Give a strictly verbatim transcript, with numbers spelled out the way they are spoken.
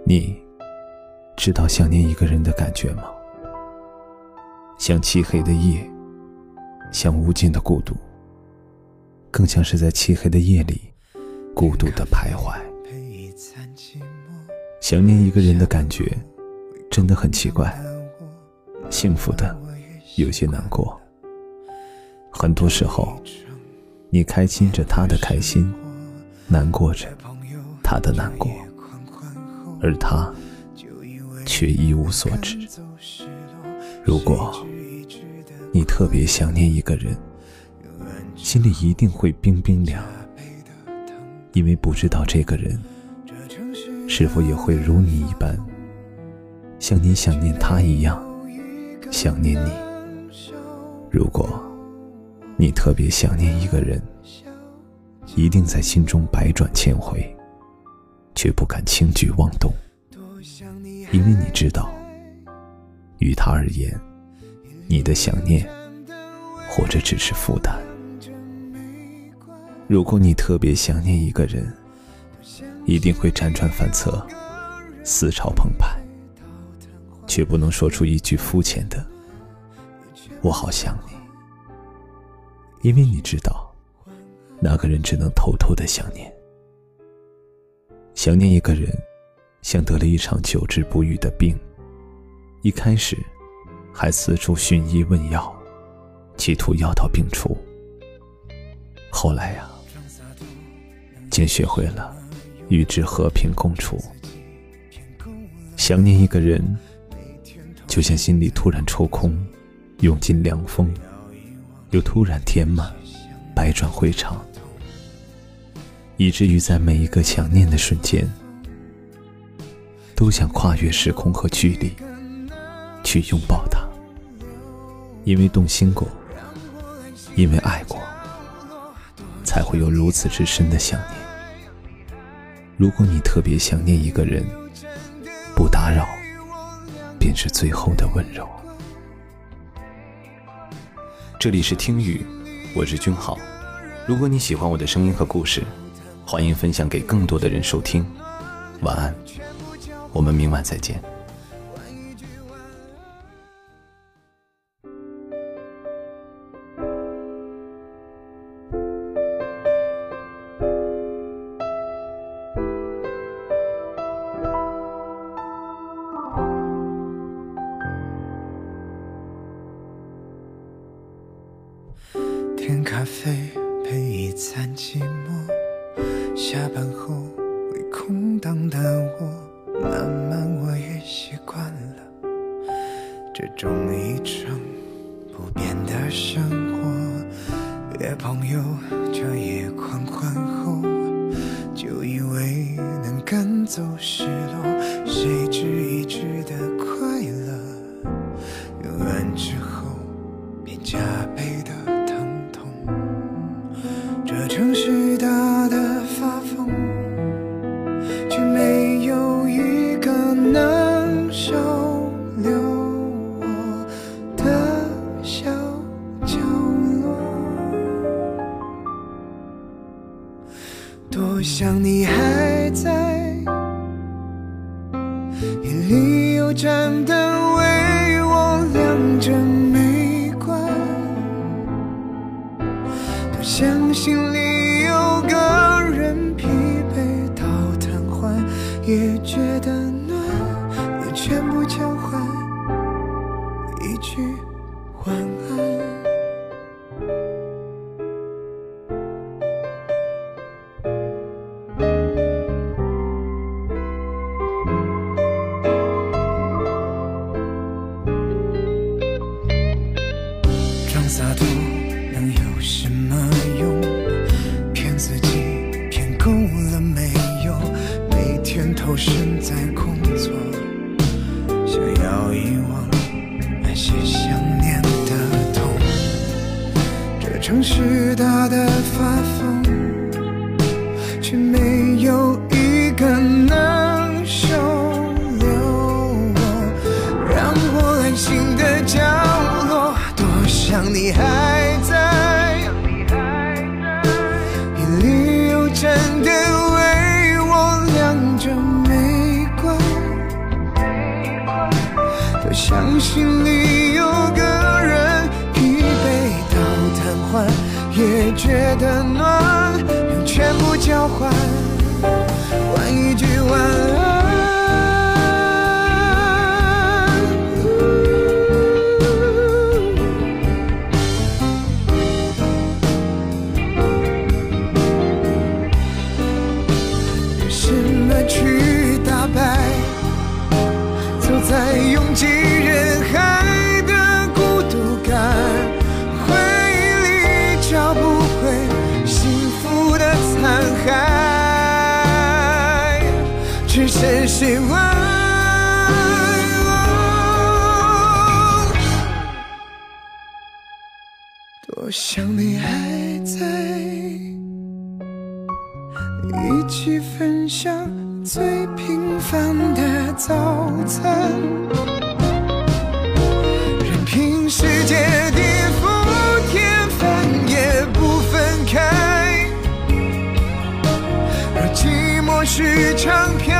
你知道想念一个人的感觉吗？像漆黑的夜，像无尽的孤独，更像是在漆黑的夜里孤独的徘徊。想念一个人的感觉真的很奇怪，幸福的有些难过。很多时候你开心着他的开心，难过着他的难过，而他却一无所知。如果你特别想念一个人，心里一定会冰冰凉，因为不知道这个人是否也会如你一般，像你想念他一样想念你。如果你特别想念一个人，一定在心中百转千回，却不敢轻举妄动，因为你知道，于他而言，你的想念或者只是负担。如果你特别想念一个人，一定会辗转反侧，思潮澎湃，却不能说出一句肤浅的我好想你，因为你知道，那个人只能偷偷的想念。想念一个人像得了一场久治不愈的病，一开始还四处寻医问药，企图药到病除，后来呀、啊，竟学会了与之和平共处。想念一个人就像心里突然抽空，涌进凉风，又突然填满，百转回肠，以至于在每一个想念的瞬间，都想跨越时空和距离去拥抱他。因为动心过，因为爱过，才会有如此之深的想念。如果你特别想念一个人，不打扰便是最后的温柔。这里是听雨，我是君浩。如果你喜欢我的声音和故事，欢迎分享给更多的人收听。晚安，我们明晚再见。 点咖啡配一餐寂寞，下班后会空荡的我，慢慢我也习惯了这种一成不变的生活。约朋友这夜狂欢后，就以为能赶走失落，谁知一直的快乐，有完之后便加倍的这城市大的发疯，却没有一个能收留我的小角落。多想你还在，夜里有盏灯为我亮着没关，多想心里有个人，疲惫到瘫痪，也觉得暖，也全部交换一句晚安。装洒脱能有什么用？骗自己骗够了没有？每天投身在工作，想要遗忘那些想念的痛。这城市大的发疯，却没有一个能收留我，让我安心的角落。多想你还在，夜里有盏灯为我亮着没关， 相信里有个人疲惫到瘫痪，也觉得暖，用全部交换，换一句晚安。在拥挤人海的孤独感，回忆里找不回幸福的残骸，只剩希望。多想你还在，一起分享最平凡的早餐，任凭世界地覆天翻也不分开。若寂寞是场飘